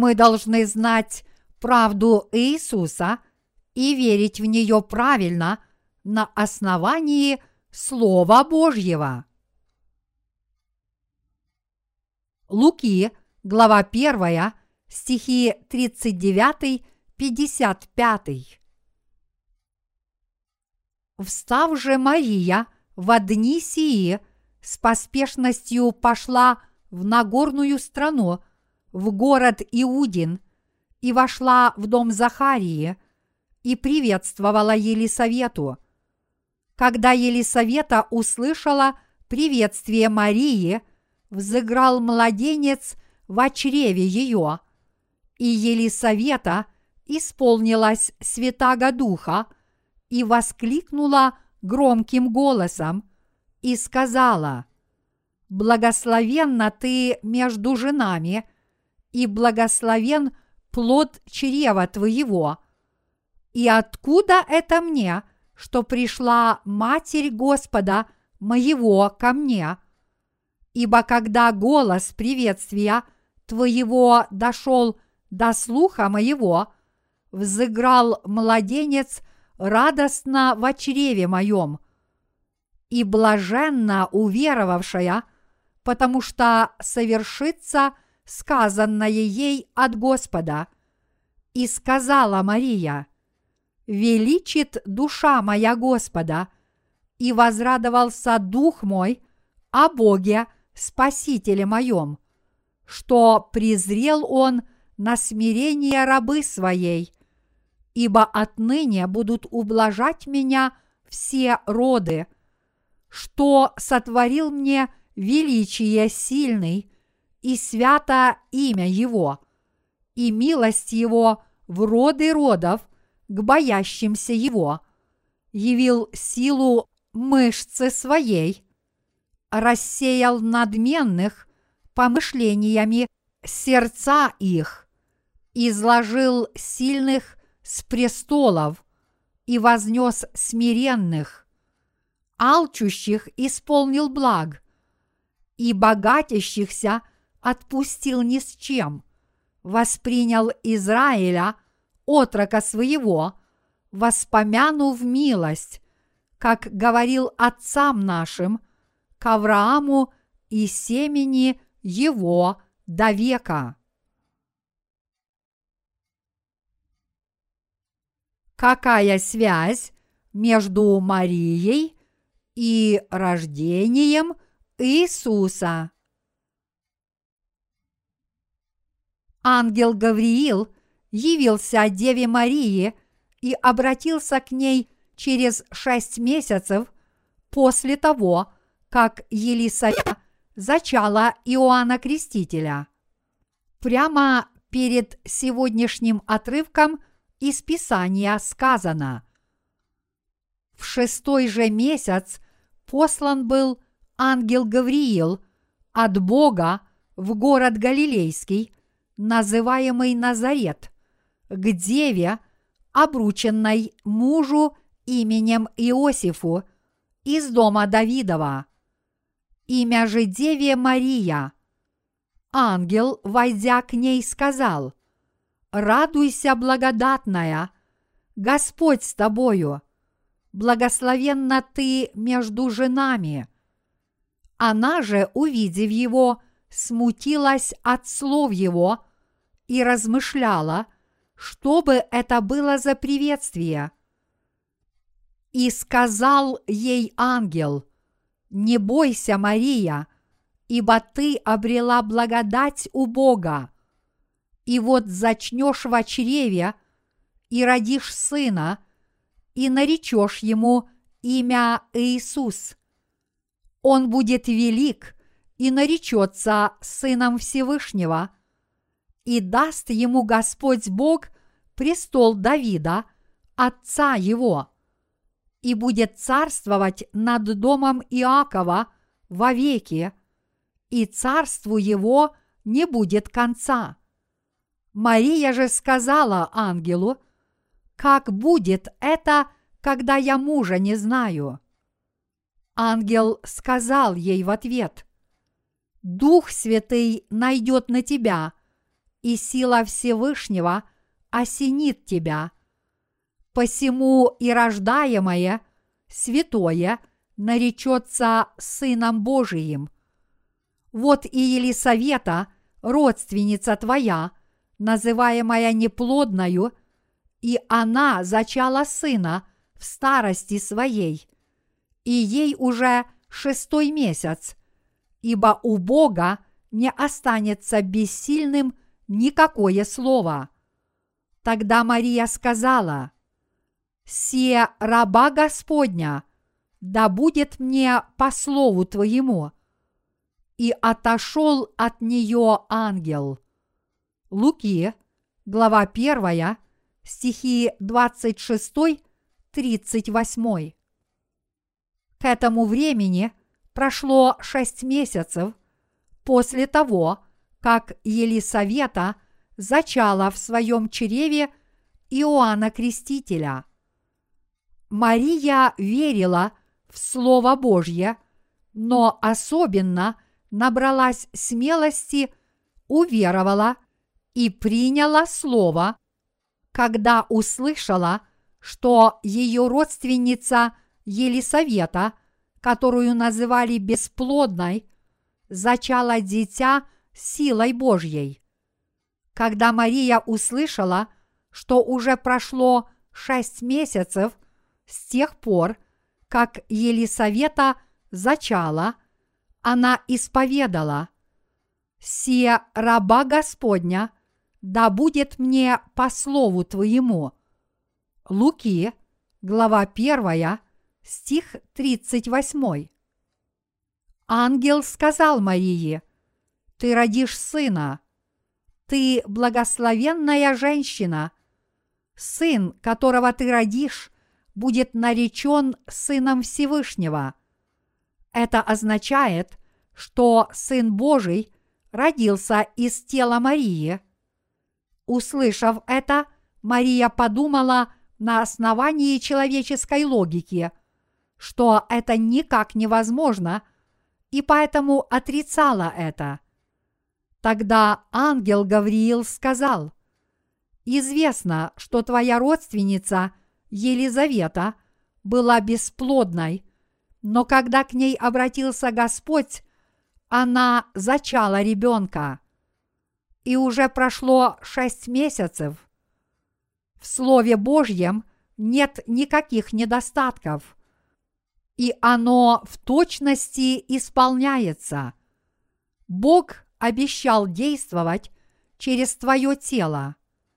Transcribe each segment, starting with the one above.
Мы должны знать правду Иисуса и верить в нее правильно на основании Слова Божьего. Луки, глава 1, стихи 39-55. Встав же Мария во дни сии, с поспешностью пошла в Нагорную страну, в город Иудин, и вошла в дом Захарии, и приветствовала Елисавету. Когда Елисавета услышала приветствие Марии, взыграл младенец во чреве ее, и Елисавета исполнилась Святаго Духа и воскликнула громким голосом и сказала: «Благословенна ты между женами, и благословен плод чрева твоего. И откуда это мне, что пришла Матерь Господа моего ко мне? Ибо когда голос приветствия твоего дошел до слуха моего, взыграл младенец радостно во чреве моем. И блаженна уверовавшая, потому что совершится сказанное ей от Господа. И сказала Мария: величит душа моя Господа, и возрадовался дух мой о Боге Спасителе моем, что презрел Он на смирение рабы своей, ибо отныне будут ублажать меня все роды, что сотворил мне величие сильный, и свято имя Его, и милость Его в роды родов к боящимся Его, явил силу мышцы своей, рассеял надменных помышлениями сердца их, изложил сильных с престолов и вознес смиренных, алчущих исполнил благ, и богатящихся отпустил ни с чем, воспринял Израиля, отрока своего, воспомянув милость, как говорил отцам нашим, к Аврааму и семени его до века. Какая связь между Марией и рождением Иисуса? Ангел Гавриил явился Деве Марии и обратился к ней через 6 месяцев после того, как Елисавета зачала Иоанна Крестителя. Прямо перед сегодняшним отрывком из Писания сказано: в 6-й же месяц послан был ангел Гавриил от Бога в город Галилейский, называемый Назарет, к деве, обрученной мужу именем Иосифу из дома Давидова. Имя же деве Мария. Ангел, войдя к ней, сказал: «Радуйся, благодатная, Господь с тобою, благословенна ты между женами». Она же, увидев его, смутилась от слов его и размышляла, что бы это было за приветствие. И сказал ей ангел: «Не бойся, Мария, ибо ты обрела благодать у Бога. И вот зачнешь во чреве и родишь сына, и наречешь ему имя Иисус. Он будет велик и наречется Сыном Всевышнего, и даст ему Господь Бог престол Давида, отца его, и будет царствовать над домом Иакова вовеки, и царству его не будет конца». Мария же сказала ангелу: «Как будет это, когда я мужа не знаю?» Ангел сказал ей в ответ: «Дух Святый найдет на тебя, и сила Всевышнего осенит тебя. Посему и рождаемое, святое, наречется Сыном Божиим. Вот и Елисавета, родственница твоя, называемая неплодною, и она зачала сына в старости своей, и ей уже 6-й месяц, ибо у Бога не останется бессильным никакое слово. Тогда Мария сказала: «Се раба Господня, да будет мне по слову твоему». И отошел от нее ангел. Луки, глава 1, стихи 26-38. К этому времени прошло 6 месяцев после того, как Елисавета зачала в своем чреве Иоанна Крестителя. Мария верила в Слово Божье, но особенно набралась смелости, уверовала и приняла Слово, когда услышала, что ее родственница Елисавета, которую называли бесплодной, зачала дитя силой Божьей. Когда Мария услышала, что уже прошло 6 месяцев с тех пор, как Елисавета зачала, она исповедала: «Се раба Господня, да будет мне по слову твоему». Луки, глава 1, стих 38. Ангел сказал Марии: «Ты родишь сына, ты благословенная женщина, сын, которого ты родишь, будет наречен Сыном Всевышнего». Это означает, что Сын Божий родился из тела Марии. Услышав это, Мария подумала на основании человеческой логики, что это никак невозможно, и поэтому отрицала это. Тогда ангел Гавриил сказал: «Известно, что твоя родственница Елизавета была бесплодной, но когда к ней обратился Господь, она зачала ребенка. И уже прошло 6 месяцев. В Слове Божьем нет никаких недостатков, и оно в точности исполняется. Бог обещал действовать через твое тело».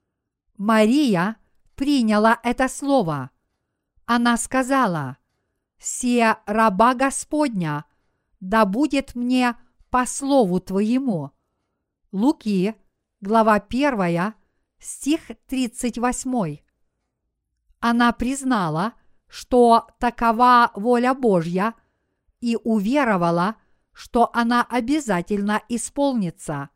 Мария приняла это слово. Она сказала: «Се раба Господня, да будет мне по слову твоему». Луки, глава 1, стих 38. Она признала, что такова воля Божья, и уверовала, что она обязательно исполнится.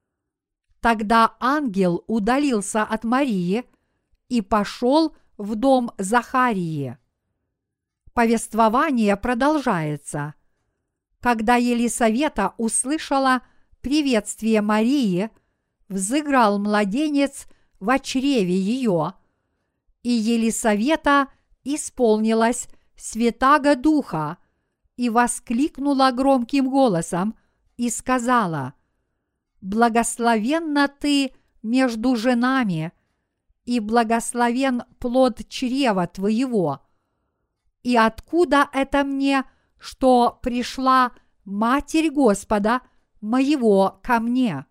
Тогда ангел удалился от Марии и пошел в дом Захарии. Повествование продолжается. Когда Елисавета услышала приветствие Марии, взыграл младенец во чреве ее, и Елисавета исполнилась Святаго Духа и воскликнула громким голосом и сказала: «Благословенна ты между женами, и благословен плод чрева твоего. И откуда это мне, что пришла Матерь Господа моего ко мне?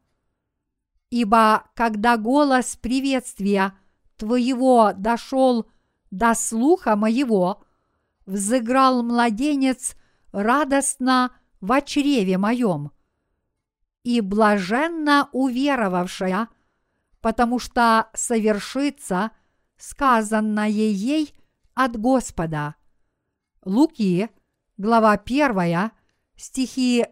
Ибо когда голос приветствия твоего дошел до слуха моего, взыграл младенец радостно во чреве моем. И блаженна уверовавшая, потому что совершится сказанное ей от Господа». Луки, глава 1, стихи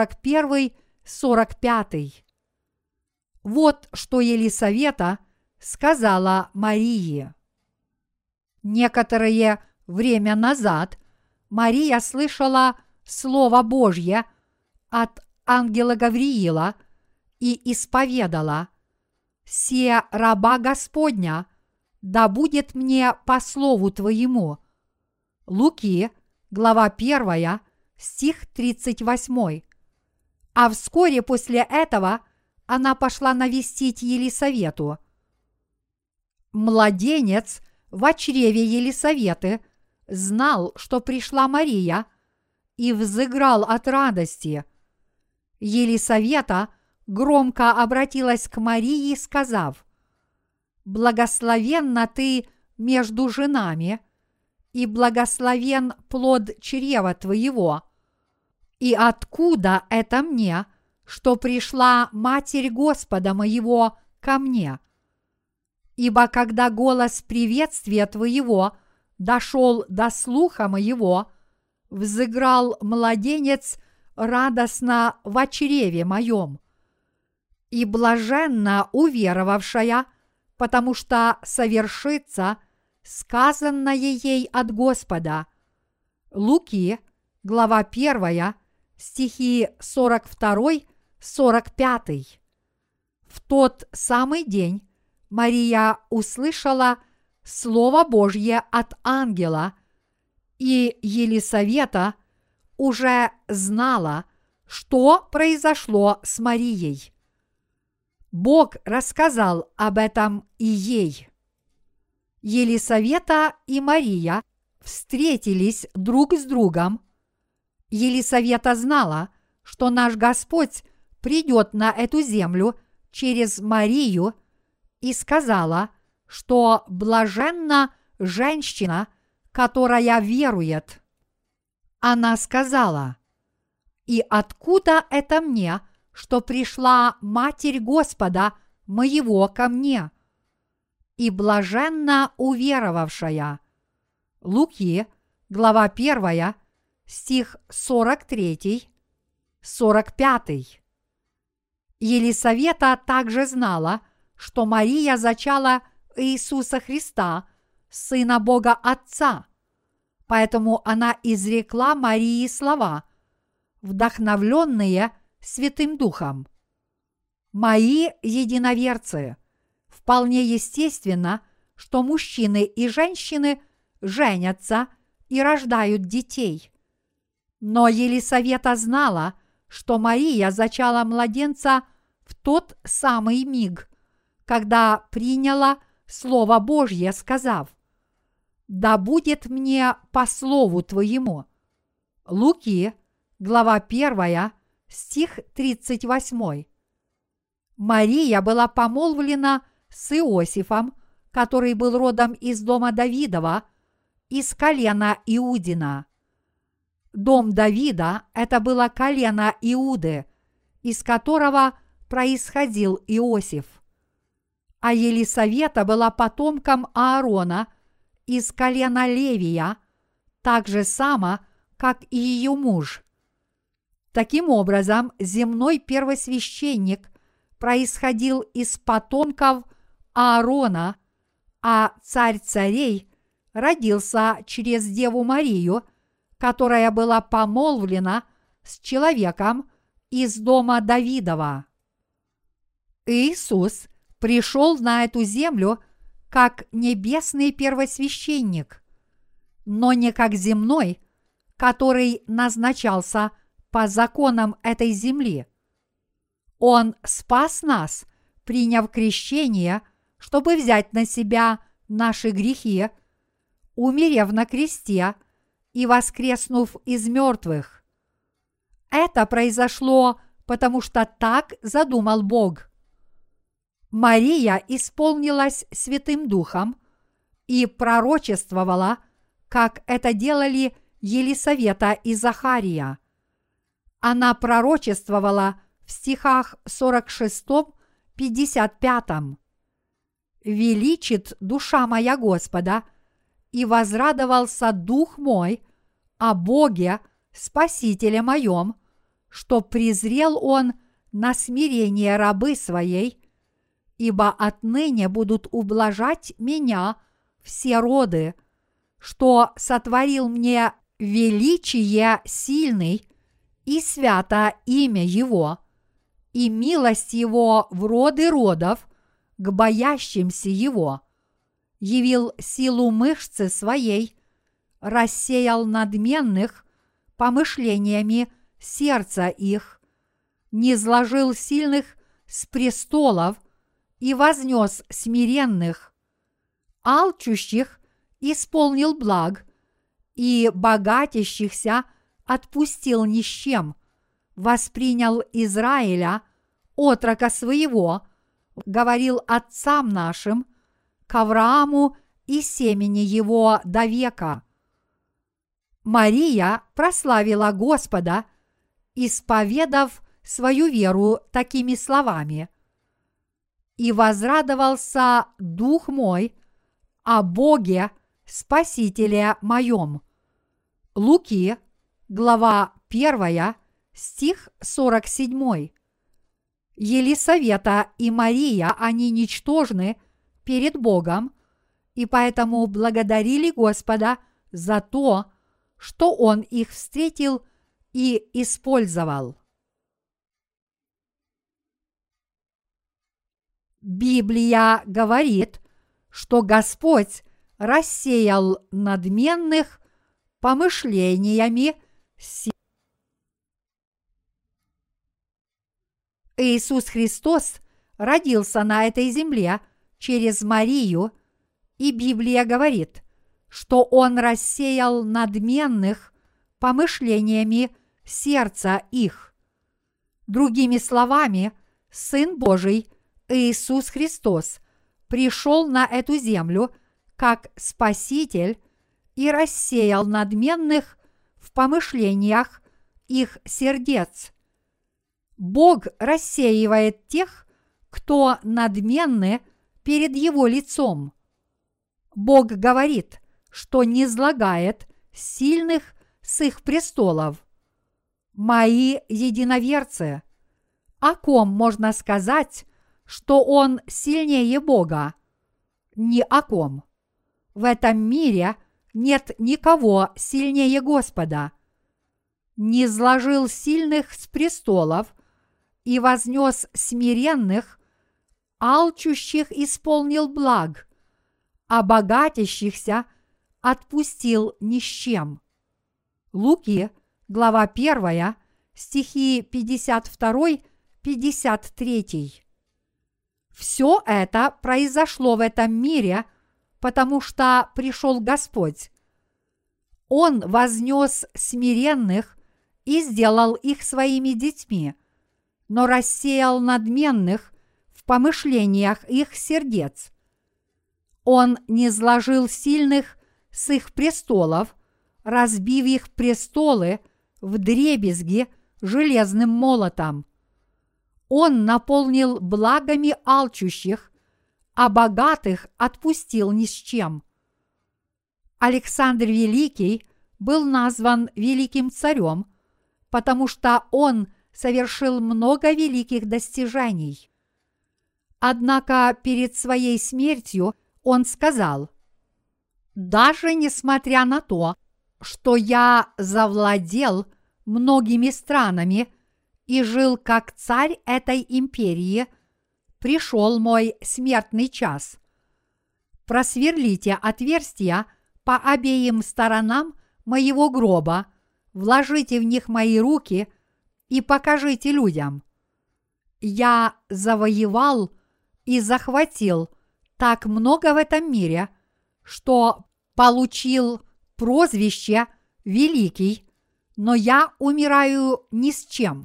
41-45. Вот что Елисавета сказала Марии. Некоторое время назад Мария слышала Слово Божье от ангела Гавриила и исповедала: «Се раба Господня, да будет мне по слову Твоему». Луки, глава 1, стих 38. А вскоре после этого она пошла навестить Елисавету. Младенец в чреве Елисаветы знал, что пришла Мария, и взыграл от радости. Елисавета громко обратилась к Марии, сказав: «Благословенна ты между женами, и благословен плод чрева твоего. И откуда это мне, что пришла Матерь Господа моего ко мне? Ибо когда голос приветствия твоего дошел до слуха моего, взыграл младенец радостно во чреве моем. И блаженна уверовавшая, потому что совершится сказанное ей от Господа». Луки, глава 1, стихи 42-45. В тот самый день Мария услышала Слово Божье от ангела, и Елисавета уже знала, что произошло с Марией. Бог рассказал об этом и ей. Елисавета и Мария встретились друг с другом. Елисавета знала, что наш Господь придет на эту землю через Марию, и сказала, что блаженна женщина, которая верует. Она сказала: «И откуда это мне, что пришла Матерь Господа моего ко мне? И блаженна уверовавшая». Луки, глава 1, стих 43-45. Елисавета также знала, что Мария зачала Иисуса Христа, Сына Бога Отца, поэтому она изрекла Марии слова, вдохновленные Святым Духом: «Мои единоверцы, вполне естественно, что мужчины и женщины женятся и рождают детей». Но Елисавета знала, что Мария зачала младенца в тот самый миг, когда приняла Слово Божье, сказав: «Да будет мне по слову Твоему». Луки, глава 1, стих 38. Мария была помолвлена с Иосифом, который был родом из дома Давидова, из колена Иудина. Дом Давида – это было колено Иуды, из которого происходил Иосиф. А Елисавета была потомком Аарона из колена Левия, так же само, как и ее муж. Таким образом, земной первосвященник происходил из потомков Аарона, а царь царей родился через Деву Марию, которая была помолвлена с человеком из дома Давидова. Иисус пришел на эту землю как небесный первосвященник, но не как земной, который назначался по законам этой земли. Он спас нас, приняв крещение, чтобы взять на себя наши грехи, умерев на кресте и воскреснув из мертвых. Это произошло, потому что так задумал Бог. Мария исполнилась Святым Духом и пророчествовала, как это делали Елисавета и Захария. Она пророчествовала в стихах 46-55. «Величит душа моя Господа, и возрадовался дух мой о Боге, Спасителе моем, что презрел Он на смирение рабы своей, ибо отныне будут ублажать меня все роды, что сотворил мне величие сильный, и свято имя Его, и милость Его в роды родов к боящимся Его, явил силу мышцы своей, рассеял надменных помышлениями сердца их, низложил сильных с престолов и вознес смиренных, алчущих исполнил благ, и богатящихся отпустил ни с чем, воспринял Израиля, отрока своего, говорил отцам нашим, к Аврааму и семени его до века. Мария прославила Господа, исповедав свою веру такими словами: «И возрадовался дух мой о Боге Спасителе моем». Луки, глава 1, стих 47. Елисавета и Мария, они ничтожны перед Богом, и поэтому благодарили Господа за то, что Он их встретил и использовал. Библия говорит, что Господь рассеял надменных помышлениями Иисус Христос родился на этой земле через Марию, и Библия говорит, что Он рассеял надменных помышлениями сердца их. Другими словами, Сын Божий Иисус Христос пришел на эту землю как Спаситель и рассеял надменных в помышлениях их сердец. Бог рассеивает тех, кто надменны перед Его лицом. Бог говорит, что низлагает сильных с их престолов. Мои единоверцы, о ком можно сказать, что он сильнее Бога? Ни о ком. В этом мире нет никого сильнее Господа. Низложил сильных с престолов и вознес смиренных, алчущих исполнил благ, а богатящихся отпустил ни с чем. Луки, глава 1, стихи 52-53. Все это произошло в этом мире, потому что пришел Господь. Он вознес смиренных и сделал их своими детьми, но рассеял надменных в помышлениях их сердец. Он низложил сильных с их престолов, разбив их престолы вдребезги железным молотом. Он наполнил благами алчущих, а богатых отпустил ни с чем. Александр Великий был назван великим царем, потому что он совершил много великих достижений. Однако перед своей смертью он сказал: «Даже несмотря на то, что я завладел многими странами и жил как царь этой империи, пришел мой смертный час. Просверлите отверстия по обеим сторонам моего гроба, вложите в них мои руки и покажите людям. Я завоевал и захватил так много в этом мире, что получил прозвище «Великий», но я умираю ни с чем».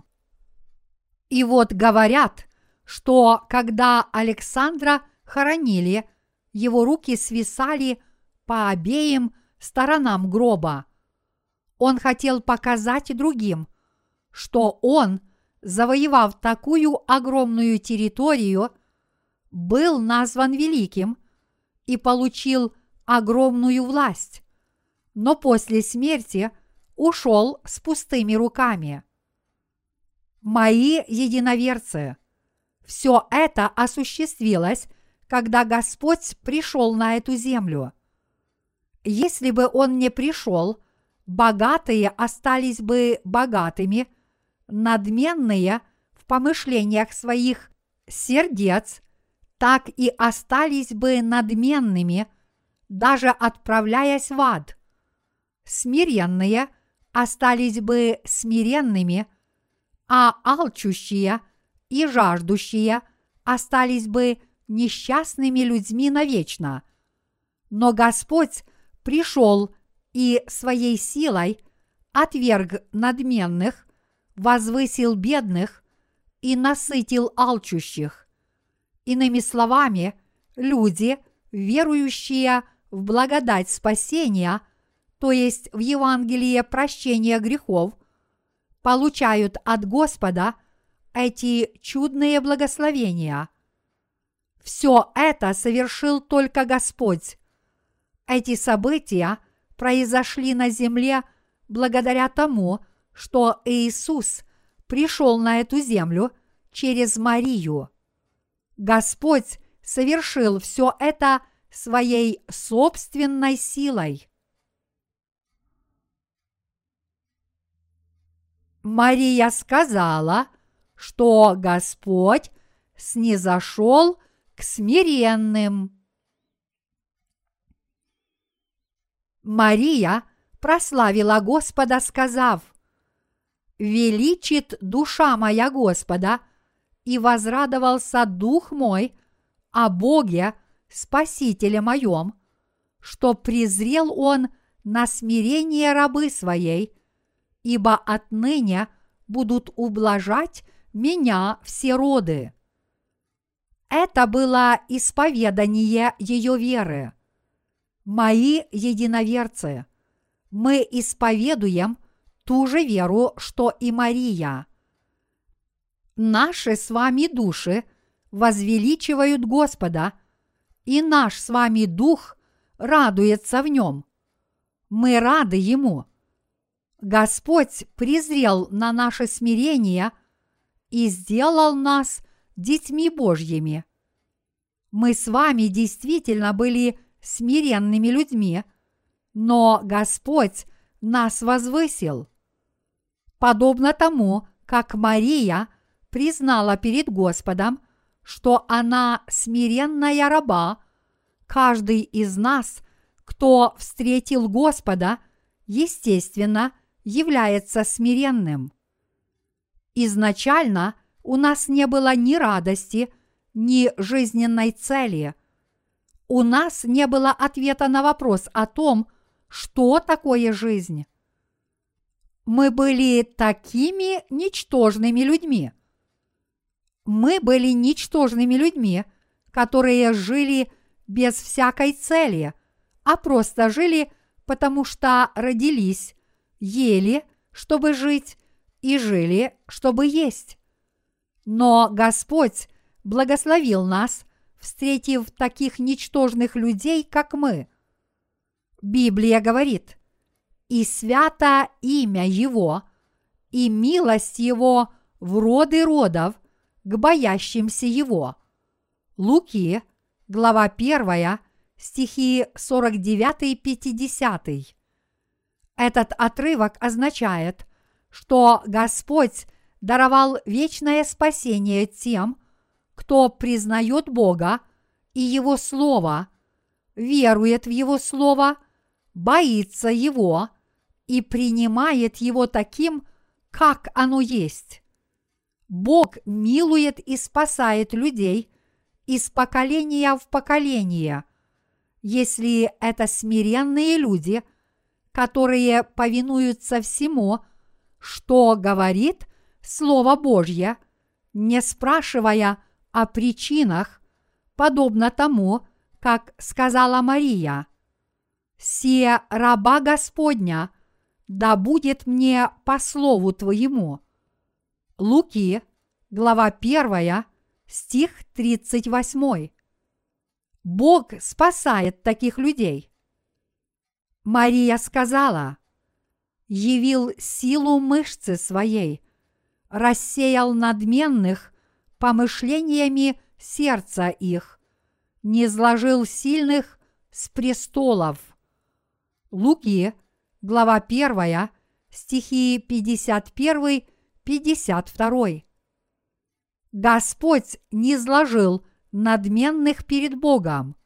И вот говорят, что когда Александра хоронили, его руки свисали по обеим сторонам гроба. Он хотел показать другим, что он, завоевав такую огромную территорию, был назван великим и получил огромную власть, но после смерти ушел с пустыми руками. Мои единоверцы, все это осуществилось, когда Господь пришел на эту землю. Если бы Он не пришел, богатые остались бы богатыми, надменные в помышлениях своих сердец так и остались бы надменными, даже отправляясь в ад. Смиренные остались бы смиренными, а алчущие и жаждущие остались бы несчастными людьми навечно. Но Господь пришел и своей силой отверг надменных, возвысил бедных и насытил алчущих. Иными словами, люди, верующие в благодать спасения, то есть в Евангелие прощения грехов, получают от Господа эти чудные благословения. Все это совершил только Господь. Эти события произошли на земле благодаря тому, что Иисус пришел на эту землю через Марию. Господь совершил все это своей собственной силой. Мария сказала, что Господь снизошел к смиренным. Мария прославила Господа, сказав: «Величит душа моя Господа, и возрадовался дух мой о Боге, Спасителе моем, что презрел Он на смирение рабы своей, ибо отныне будут ублажать меня все роды». Это было исповедание ее веры. Мои единоверцы, мы исповедуем ту же веру, что и Мария. Наши с вами души возвеличивают Господа, и наш с вами дух радуется в нем. Мы рады Ему. Господь презрел на наше смирение и сделал нас детьми Божьими. Мы с вами действительно были смиренными людьми, но Господь нас возвысил. Подобно тому, как Мария признала перед Господом, что она смиренная раба, каждый из нас, кто встретил Господа, естественно, является смиренным. Изначально у нас не было ни радости, ни жизненной цели. У нас не было ответа на вопрос о том, что такое жизнь. Мы были такими ничтожными людьми. Мы были ничтожными людьми, которые жили без всякой цели, а просто жили, потому что родились, ели, чтобы жить, и жили, чтобы есть. Но Господь благословил нас, встретив таких ничтожных людей, как мы. Библия говорит: «И свято имя Его, и милость Его в роды родов к боящимся Его». Луки, глава 1, стихи 49-50. Этот отрывок означает, что Господь даровал вечное спасение тем, кто признает Бога и Его Слово, верует в Его Слово, боится Его и принимает Его таким, как оно есть. Бог милует и спасает людей из поколения в поколение, если это смиренные люди, которые повинуются всему, что говорит Слово Божье, не спрашивая о причинах, подобно тому, как сказала Мария: «Се раба Господня, да будет мне по слову Твоему». Луки, глава 1, стих 38. Бог спасает таких людей. Мария сказала: «Явил силу мышцы своей, рассеял надменных помышлениями сердца их, низложил сильных с престолов». Луки, глава 1, стихи 51-52. Господь низложил надменных перед Богом.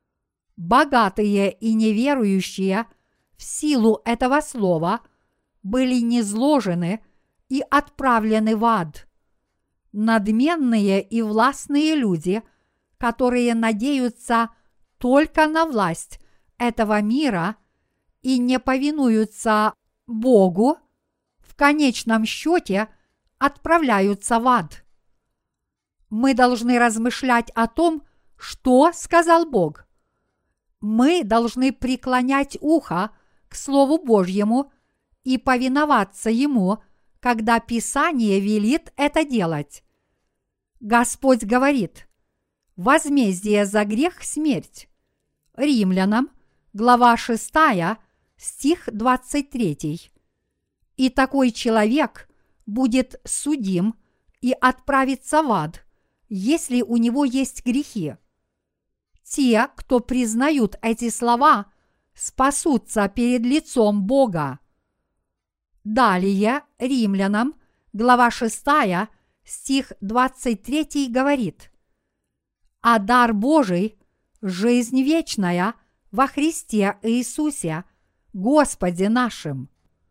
Богатые и неверующие в силу этого слова были низложены и отправлены в ад. Надменные и властные люди, которые надеются только на власть этого мира и не повинуются Богу, в конечном счете отправляются в ад. Мы должны размышлять о том, что сказал Бог. Мы должны преклонять ухо к Слову Божьему и повиноваться Ему, когда Писание велит это делать. Господь говорит: возмездие за грех – смерть. Римлянам, глава 6, стих 23. И такой человек будет судим и отправится в ад, если у него есть грехи. Те, кто признают эти слова, спасутся перед лицом Бога. Далее Римлянам, глава 6, стих 23 говорит: «А дар Божий – жизнь вечная во Христе Иисусе, Господе нашим».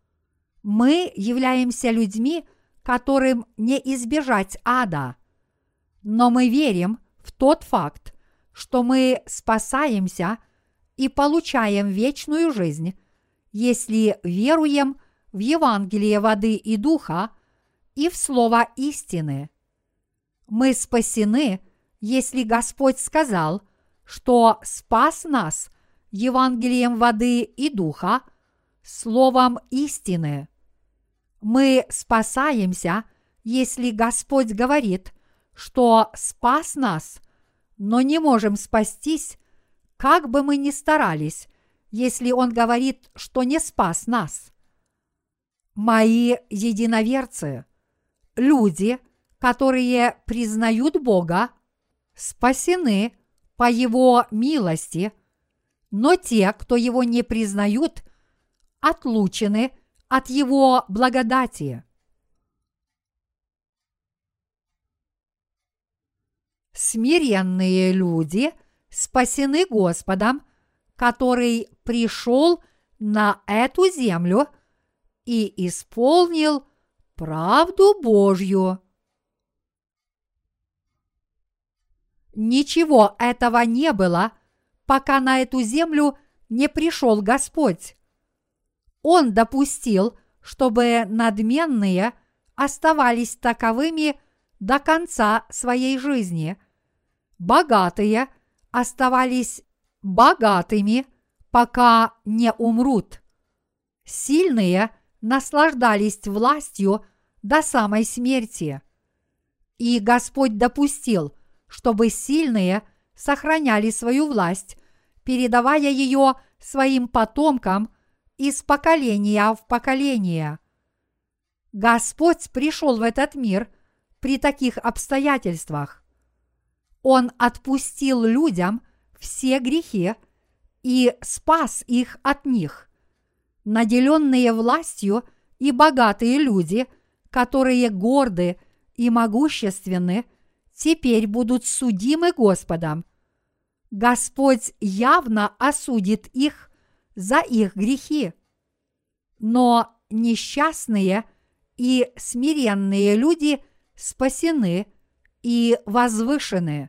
Мы являемся людьми, которым не избежать ада, но мы верим в тот факт, что мы спасаемся и получаем вечную жизнь, если веруем в Евангелие воды и духа и в слово истины. Мы спасены, если Господь сказал, что спас нас Евангелием воды и духа, словом истины. Мы спасаемся, если Господь говорит, что спас нас, но не можем спастись, как бы мы ни старались, если Он говорит, что не спас нас. Мои единоверцы, люди, которые признают Бога, спасены по Его милости, но те, кто Его не признают, отлучены от Его благодати. Смиренные люди спасены Господом, который пришел на эту землю и исполнил правду Божью. Ничего этого не было, пока на эту землю не пришел Господь. Он допустил, чтобы надменные оставались таковыми до конца своей жизни. Богатые оставались богатыми, пока не умрут. Сильные наслаждались властью до самой смерти. И Господь допустил, чтобы сильные сохраняли свою власть, передавая ее своим потомкам из поколения в поколение. Господь пришел в этот мир при таких обстоятельствах. Он отпустил людям все грехи и спас их от них. Наделенные властью и богатые люди, которые горды и могущественны, теперь будут судимы Господом. Господь явно осудит их за их грехи. Но несчастные и смиренные люди спасены и возвышены.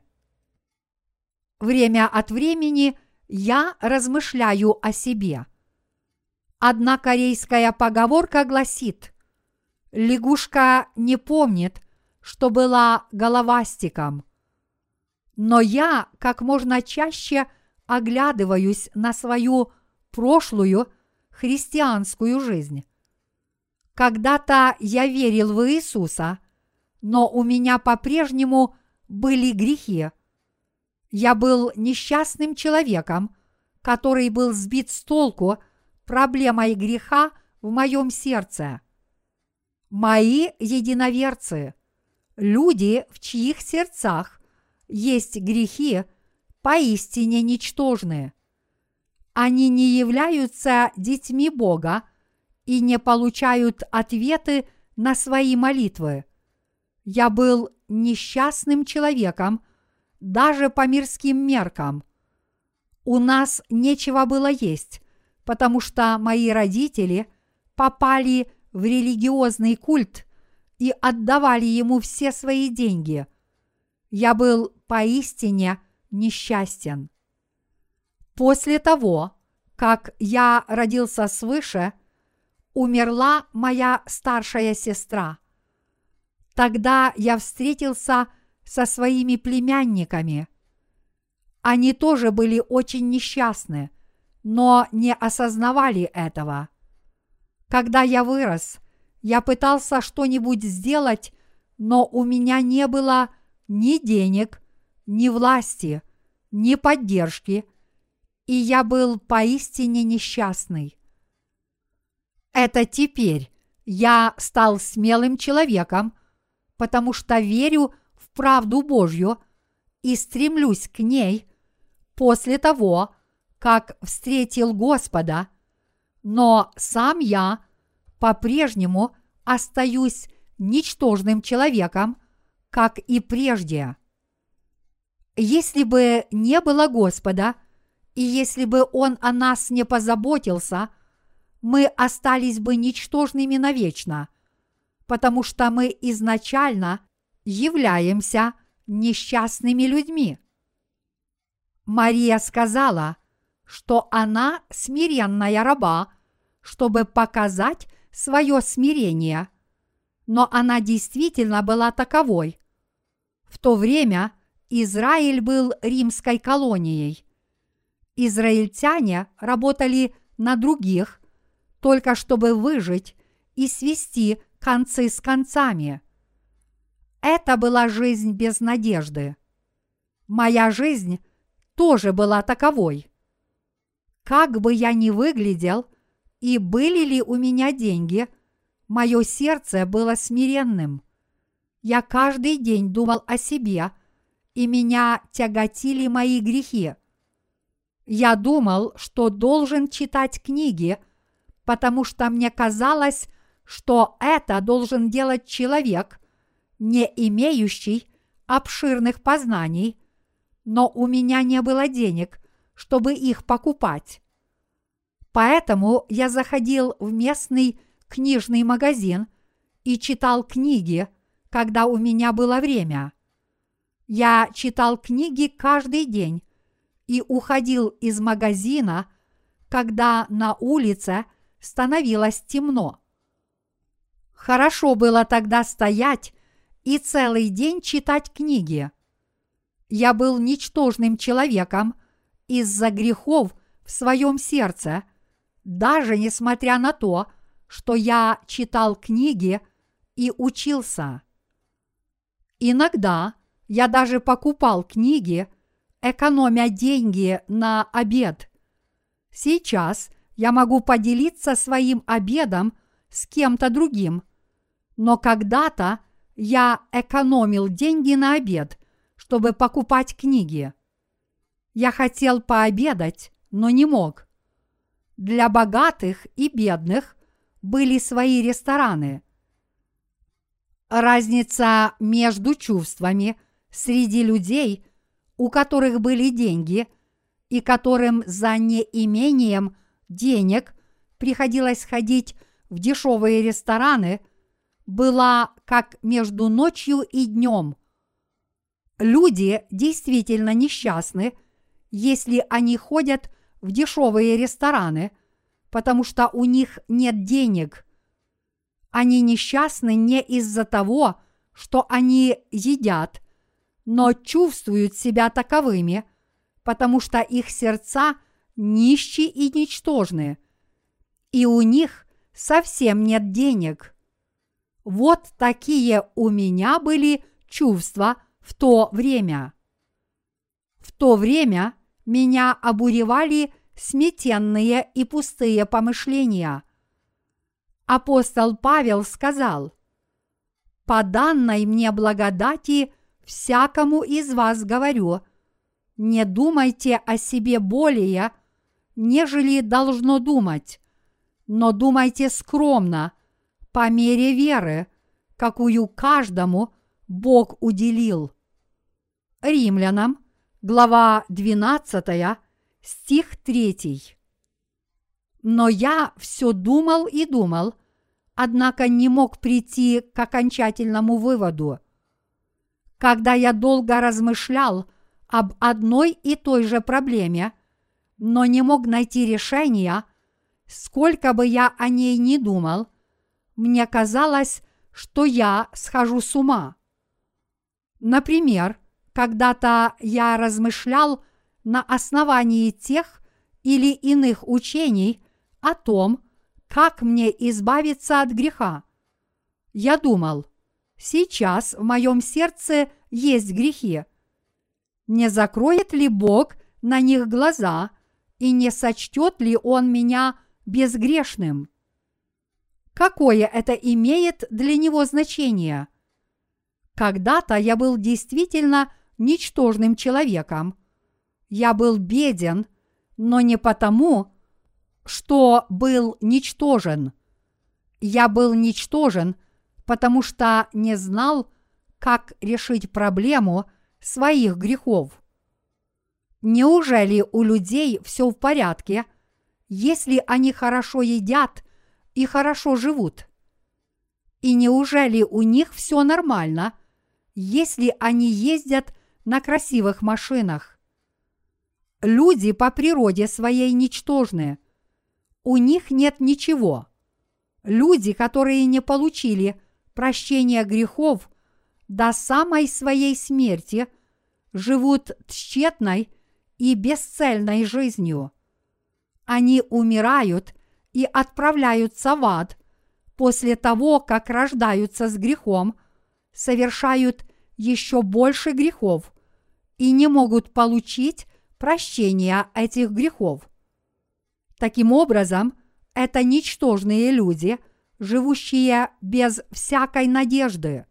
Время от времени я размышляю о себе. Одна корейская поговорка гласит: «Лягушка не помнит, что была головастиком». Но я как можно чаще оглядываюсь на свою прошлую христианскую жизнь. Когда-то я верил в Иисуса, но у меня по-прежнему были грехи. Я был несчастным человеком, который был сбит с толку проблемой греха в моем сердце. Мои единоверцы, люди, в чьих сердцах есть грехи, поистине ничтожны. Они не являются детьми Бога и не получают ответы на свои молитвы. Я был несчастным человеком даже по мирским меркам. У нас нечего было есть, потому что мои родители попали в религиозный культ и отдавали ему все свои деньги. Я был поистине несчастен. После того, как я родился свыше, умерла моя старшая сестра. Тогда я встретился со своими племянниками. Они тоже были очень несчастны, но не осознавали этого. Когда я вырос, я пытался что-нибудь сделать, но у меня не было ни денег, ни власти, ни поддержки, и я был поистине несчастный. Это теперь я стал смелым человеком, потому что верю в правду Божью и стремлюсь к ней после того, как встретил Господа, но сам я по-прежнему остаюсь ничтожным человеком, как и прежде. Если бы не было Господа, и если бы Он о нас не позаботился, мы остались бы ничтожными навечно, потому что мы изначально являемся несчастными людьми. Мария сказала, что она смиренная раба, чтобы показать свое смирение, но она действительно была таковой. В то время Израиль был римской колонией. Израильтяне работали на других, только чтобы выжить и свести концы с концами. Это была жизнь без надежды. Моя жизнь тоже была таковой. Как бы я ни выглядел и были ли у меня деньги, мое сердце было смиренным. Я каждый день думал о себе, и меня тяготили мои грехи. Я думал, что должен читать книги, потому что мне казалось, что это должен делать человек, не имеющий обширных познаний, но у меня не было денег, чтобы их покупать. Поэтому я заходил в местный книжный магазин и читал книги, когда у меня было время. Я читал книги каждый день и уходил из магазина, когда на улице становилось темно. Хорошо было тогда стоять и целый день читать книги. Я был ничтожным человеком из-за грехов в своем сердце, даже несмотря на то, что я читал книги и учился. Иногда я даже покупал книги, экономя деньги на обед. Сейчас я могу поделиться своим обедом с кем-то другим, но когда-то я экономил деньги на обед, чтобы покупать книги. Я хотел пообедать, но не мог. Для богатых и бедных были свои рестораны. Разница между чувствами среди людей, у которых были деньги, и которым за неимением денег приходилось ходить в дешевые рестораны, была как между ночью и днем. Люди действительно несчастны, если они ходят в дешевые рестораны, потому что у них нет денег. Они несчастны не из-за того, что они едят, но чувствуют себя таковыми, потому что их сердца нищи и ничтожны, и у них совсем нет денег. Вот такие у меня были чувства в то время. В то время меня обуревали смятенные и пустые помышления. Апостол Павел сказал: «По данной мне благодати всякому из вас говорю, не думайте о себе более, нежели должно думать, но думайте скромно, по мере веры, какую каждому Бог уделил». Римлянам, глава 12, стих 3. Но я все думал и думал, однако не мог прийти к окончательному выводу. Когда я долго размышлял об одной и той же проблеме, но не мог найти решения, сколько бы я о ней ни думал, мне казалось, что я схожу с ума. Например, когда-то я размышлял на основании тех или иных учений о том, как мне избавиться от греха. Я думал, сейчас в моем сердце есть грехи. Не закроет ли Бог на них глаза и не сочтет ли Он меня безгрешным? Какое это имеет для Него значение? Когда-то я был действительно ничтожным человеком. Я был беден, но не потому, что был ничтожен. Я был ничтожен, потому что не знал, как решить проблему своих грехов. Неужели у людей все в порядке, если они хорошо едят и хорошо живут? И неужели у них все нормально, если они ездят на красивых машинах? Люди по природе своей ничтожны. У них нет ничего. Люди, которые не получили прощения грехов до самой своей смерти, живут тщетной и бесцельной жизнью. Они умирают и отправляются в ад после того, как рождаются с грехом, совершают еще больше грехов и не могут получить прощения этих грехов. Таким образом, это ничтожные люди, живущие без всякой надежды.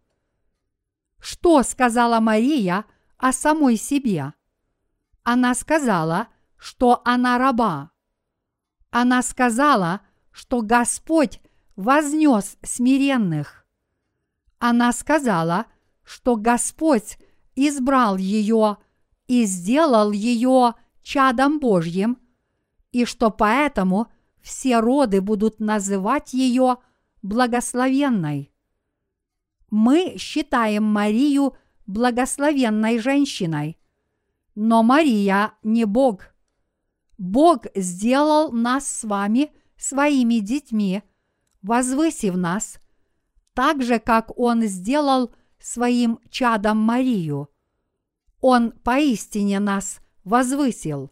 Что сказала Мария о самой себе? Она сказала, что она раба. Она сказала, что Господь вознес смиренных. Она сказала, что Господь избрал ее и сделал ее чадом Божьим, и что поэтому все роды будут называть ее благословенной. Мы считаем Марию благословенной женщиной, но Мария не Бог. Бог сделал нас с вами своими детьми, возвысив нас, так же, как Он сделал своим чадом Марию. Он поистине нас возвысил.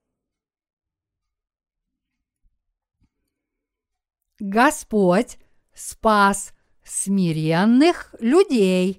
Господь спас смиренных людей.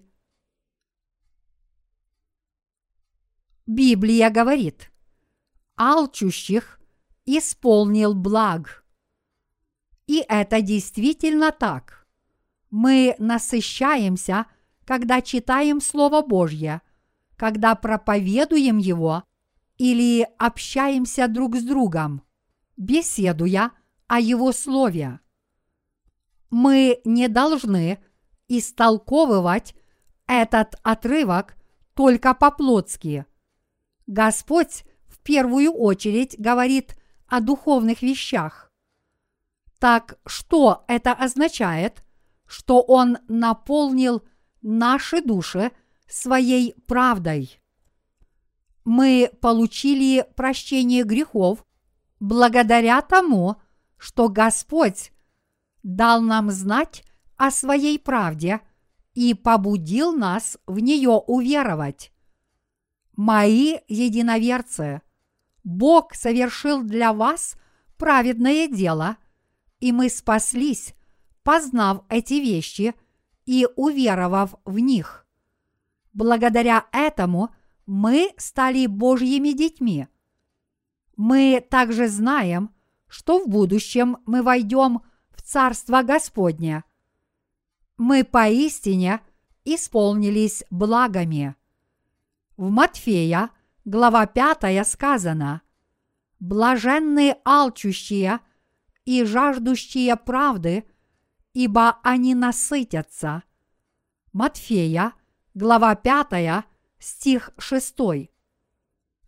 Библия говорит: алчущих исполнил благ. И это действительно так. Мы насыщаемся, когда читаем Слово Божье, когда проповедуем его или общаемся друг с другом, беседуя о Его Слове. Мы не должны истолковывать этот отрывок только по-плотски. Господь в первую очередь говорит о духовных вещах. Так что это означает? Что Он наполнил наши души своей правдой. Мы получили прощение грехов благодаря тому, что Господь дал нам знать о своей правде и побудил нас в нее уверовать. Мои единоверцы, Бог совершил для вас праведное дело, и мы спаслись, познав эти вещи и уверовав в них. Благодаря этому мы стали Божьими детьми. Мы также знаем, что в будущем мы войдем в Царство Господне. Мы поистине исполнились благами. В Матфея, глава 5, сказано: «Блаженные алчущие и жаждущие правды, ибо они насытятся». Матфея, глава 5, стих 6.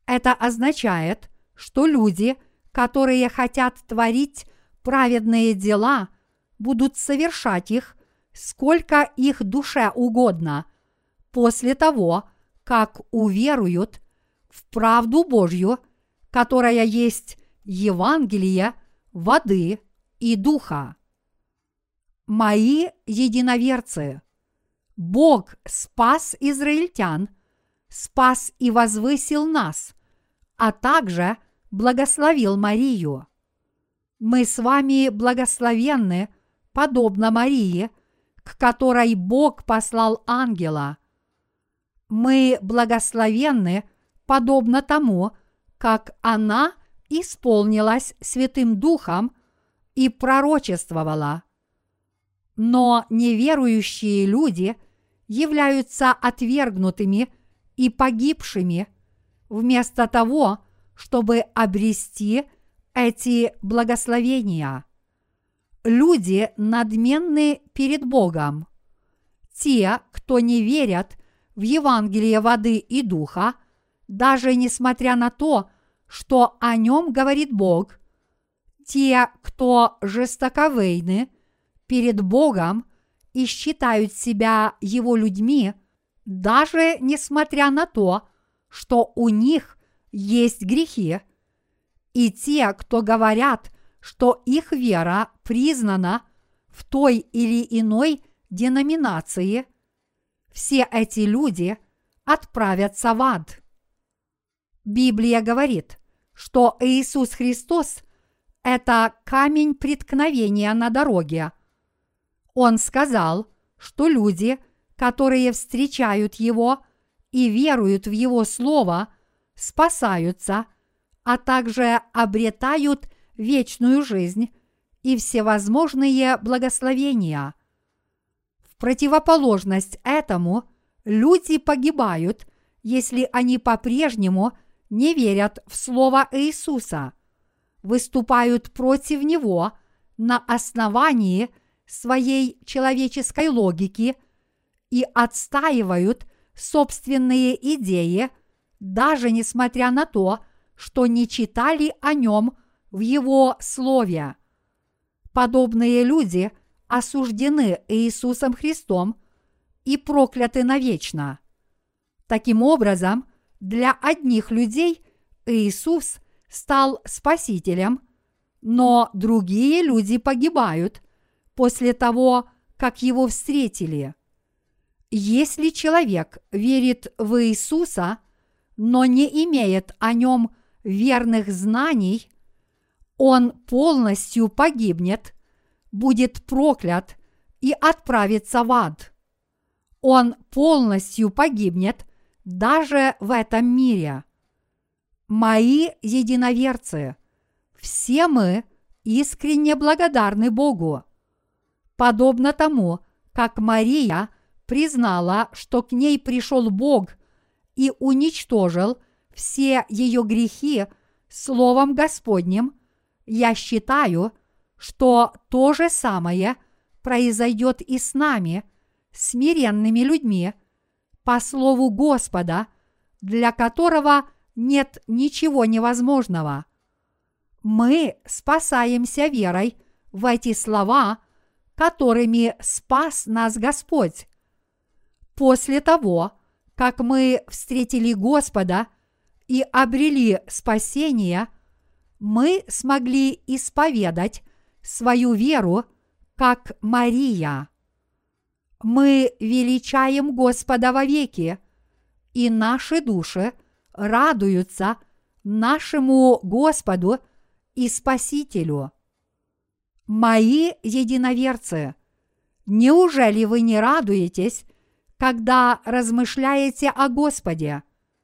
Это означает, что люди, которые хотят творить праведные дела, будут совершать их, сколько их душе угодно, после того, как уверуют в правду Божью, которая есть Евангелие воды и духа. Мои единоверцы, Бог спас израильтян, спас и возвысил нас, а также благословил Марию. Мы с вами благословенны, подобно Марии, к которой Бог послал ангела. Мы благословенны, подобно тому, как она исполнилась Святым Духом и пророчествовала. Но неверующие люди являются отвергнутыми и погибшими, вместо того, чтобы обрести эти благословения. Люди надменны перед Богом. Те, кто не верят в Евангелие воды и духа, даже несмотря на то, что о нем говорит Бог, те, кто жестоковыйны перед Богом и считают себя Его людьми, даже несмотря на то, что у них есть грехи, и те, кто говорят, что их вера признана в той или иной деноминации, все эти люди отправятся в ад. Библия говорит, что Иисус Христос – это камень преткновения на дороге. Он сказал, что люди, которые встречают Его и веруют в Его Слово, спасаются, а также обретают вечную жизнь и всевозможные благословения. В противоположность этому люди погибают, если они по-прежнему не верят в Слово Иисуса, выступают против Него на основании своей человеческой логики и отстаивают собственные идеи, даже несмотря на то, что не читали о нем в Его Слове. Подобные люди осуждены Иисусом Христом и прокляты навечно. Таким образом, для одних людей Иисус стал Спасителем, но другие люди погибают после того, как Его встретили. Если человек верит в Иисуса, но не имеет о нем верных знаний, он полностью погибнет, будет проклят и отправится в ад. Он полностью погибнет даже в этом мире. Мои единоверцы, все мы искренне благодарны Богу. Подобно тому, как Мария признала, что к ней пришел Бог и уничтожил все ее грехи Словом Господним, я считаю, что то же самое произойдет и с нами, смиренными людьми, по Слову Господа, для которого нет ничего невозможного. Мы спасаемся верой в эти слова, которыми спас нас Господь. После того, как мы встретили Господа и обрели спасение, мы смогли исповедать свою веру, как Мария. Мы величаем Господа вовеки, и наши души радуются нашему Господу и Спасителю. Мои единоверцы, неужели вы не радуетесь, когда размышляете о Господе?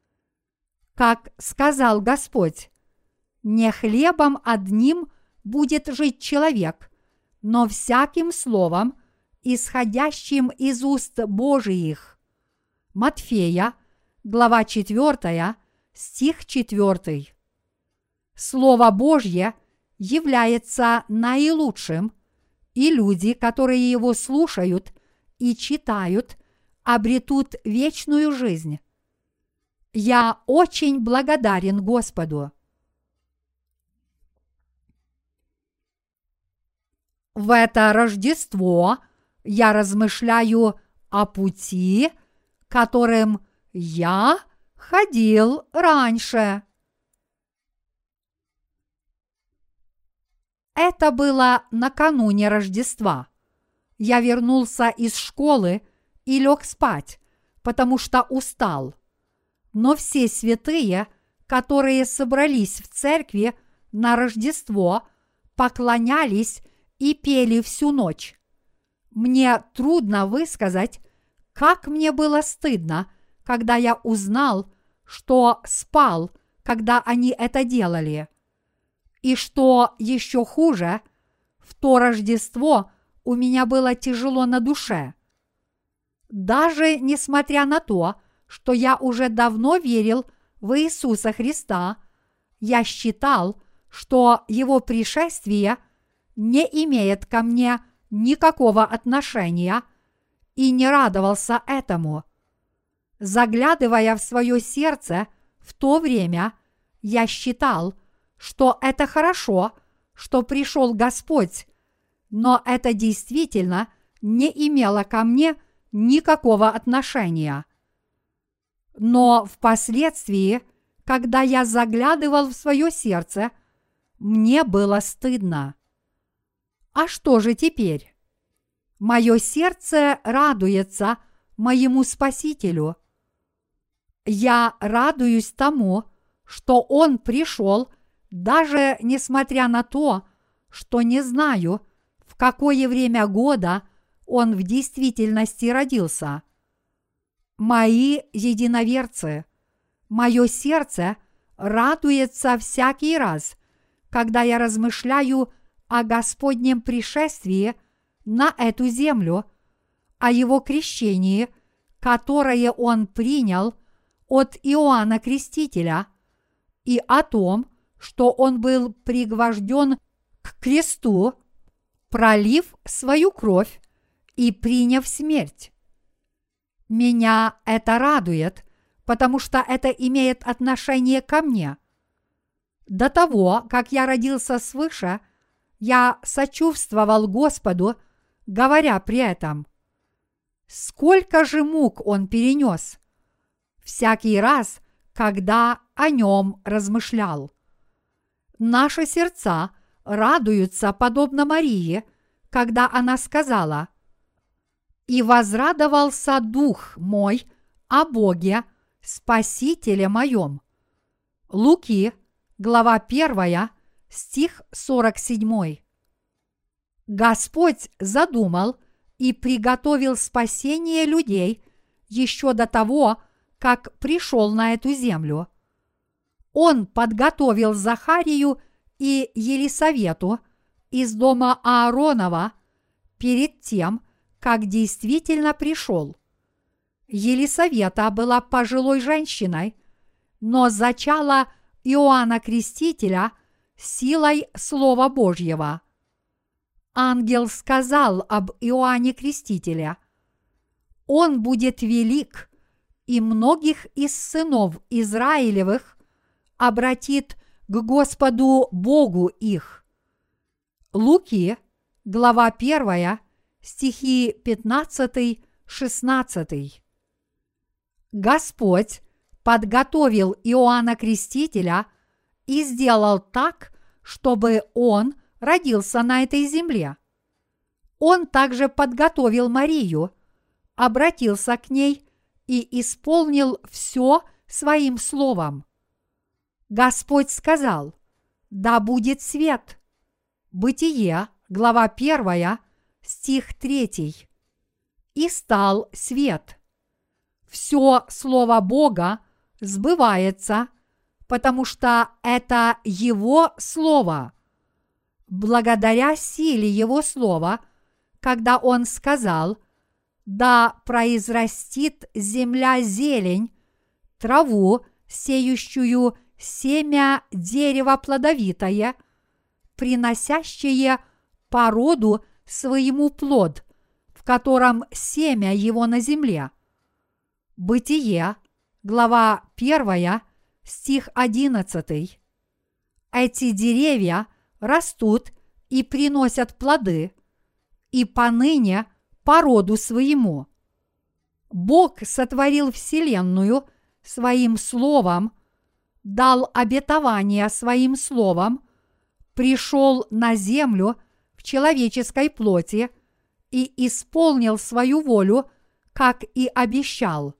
Как сказал Господь, не хлебом одним будет жить человек, но всяким словом, исходящим из уст Божиих. Матфея, глава 4, стих 4. Слово Божье является наилучшим, и люди, которые его слушают и читают, обретут вечную жизнь. Я очень благодарен Господу. В это Рождество я размышляю о пути, которым я ходил раньше. Это было накануне Рождества. Я вернулся из школы и лег спать, потому что устал. Но все святые, которые собрались в церкви на Рождество, поклонялись и пели всю ночь. Мне трудно высказать, как мне было стыдно, когда я узнал, что спал, когда они это делали. И что еще хуже, в то Рождество у меня было тяжело на душе. Даже несмотря на то, что я уже давно верил в Иисуса Христа, я считал, что Его пришествие не имеет ко мне никакого отношения и не радовался этому. Заглядывая в свое сердце в то время, я считал, что это хорошо, что пришел Господь, но это действительно не имело ко мне никакого отношения. Но впоследствии, когда я заглядывал в свое сердце, мне было стыдно. А что же теперь? Мое сердце радуется моему Спасителю. Я радуюсь тому, что Он пришел, даже несмотря на то, что не знаю, в какое время года Он в действительности родился. Мои единоверцы, мое сердце радуется всякий раз, когда я размышляю о Господнем пришествии на эту землю, о Его крещении, которое Он принял от Иоанна Крестителя, и о том, что Он был пригвожден к кресту, пролив свою кровь и приняв смерть. Меня это радует, потому что это имеет отношение ко мне. До того, как я родился свыше, я сочувствовал Господу, говоря при этом: сколько же мук Он перенес, всякий раз, когда о Нем размышлял. Наши сердца радуются подобно Марии, когда она сказала: «И возрадовался дух мой о Боге, Спасителе моем». Луки, глава 1, стих 47. Господь задумал и приготовил спасение людей еще до того, как пришел на эту землю. Он подготовил Захарию и Елисавету из дома Ааронова перед тем, как действительно пришел. Елисавета была пожилой женщиной, но зачала Иоанна Крестителя силой Слова Божьего. Ангел сказал об Иоанне Крестителе: «Он будет велик, и многих из сынов Израилевых обратит к Господу Богу их». Луки, глава 1, стихи 15-16. Господь подготовил Иоанна Крестителя и сделал так, чтобы он родился на этой земле. Он также подготовил Марию, обратился к ней и исполнил все своим словом. Господь сказал: «Да будет свет». Бытие, глава 1, стих 3. «И стал свет». Все слово Бога сбывается, потому что это Его слово. Благодаря силе Его слова, когда Он сказал: «Да произрастит земля зелень, траву, сеющую семя дерева плодовитое, приносящее по роду своему плод, в котором семя его на земле». Бытие, глава 1, стих 11. Эти деревья растут и приносят плоды, и поныне по роду своему. Бог сотворил вселенную своим словом, дал обетование своим словом, пришел на землю в человеческой плоти и исполнил свою волю, как и обещал.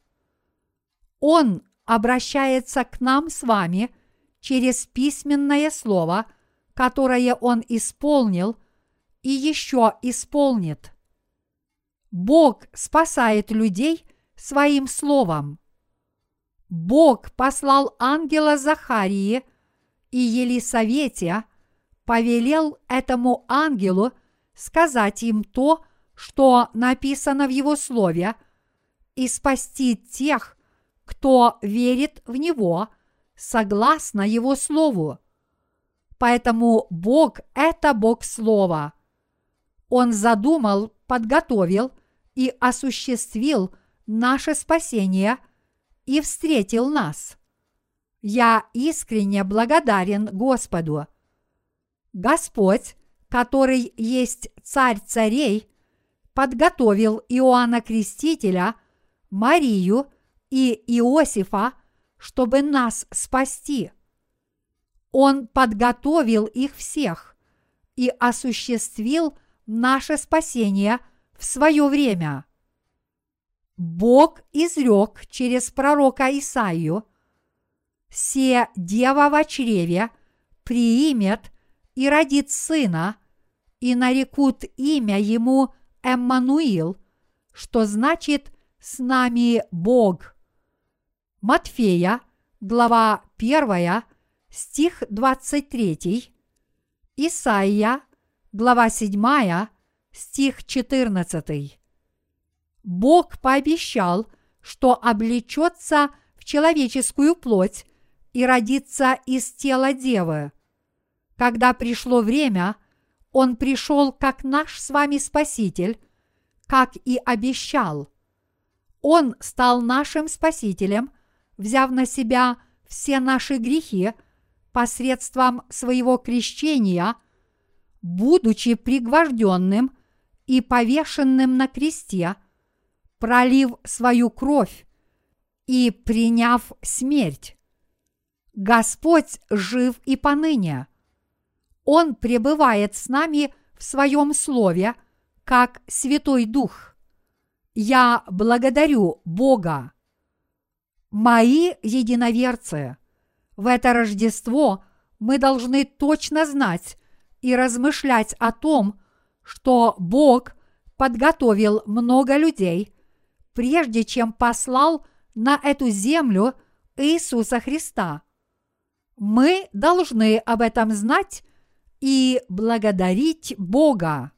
Он обращается к нам с вами через письменное слово, которое Он исполнил и еще исполнит. Бог спасает людей своим словом. Бог послал ангела Захарии и Елисавете, повелел этому ангелу сказать им то, что написано в его слове, и спасти тех, кто верит в него, согласно его слову. Поэтому Бог – это Бог Слова. Он задумал, подготовил и осуществил наше спасение и встретил нас. Я искренне благодарен Господу. Господь, который есть Царь царей, подготовил Иоанна Крестителя, Марию и Иосифа, чтобы нас спасти. Он подготовил их всех и осуществил наше спасение в свое время. Бог изрек через пророка Исаию: «Се дева во чреве приимет и родит сына, и нарекут имя ему Эммануил», что значит «с нами Бог». Матфея, глава 1, стих 23, Исаия, глава 7, стих 14. Бог пообещал, что облечется в человеческую плоть и родится из тела девы. Когда пришло время, Он пришел как наш с вами Спаситель, как и обещал. Он стал нашим Спасителем, взяв на себя все наши грехи посредством своего крещения, будучи пригвожденным и повешенным на кресте, пролив свою кровь и приняв смерть. Господь жив и поныне. Он пребывает с нами в Своем Слове, как Святой Дух. Я благодарю Бога. Мои единоверцы, в это Рождество мы должны точно знать и размышлять о том, что Бог подготовил много людей, прежде чем послал на эту землю Иисуса Христа. Мы должны об этом знать и благодарить Бога.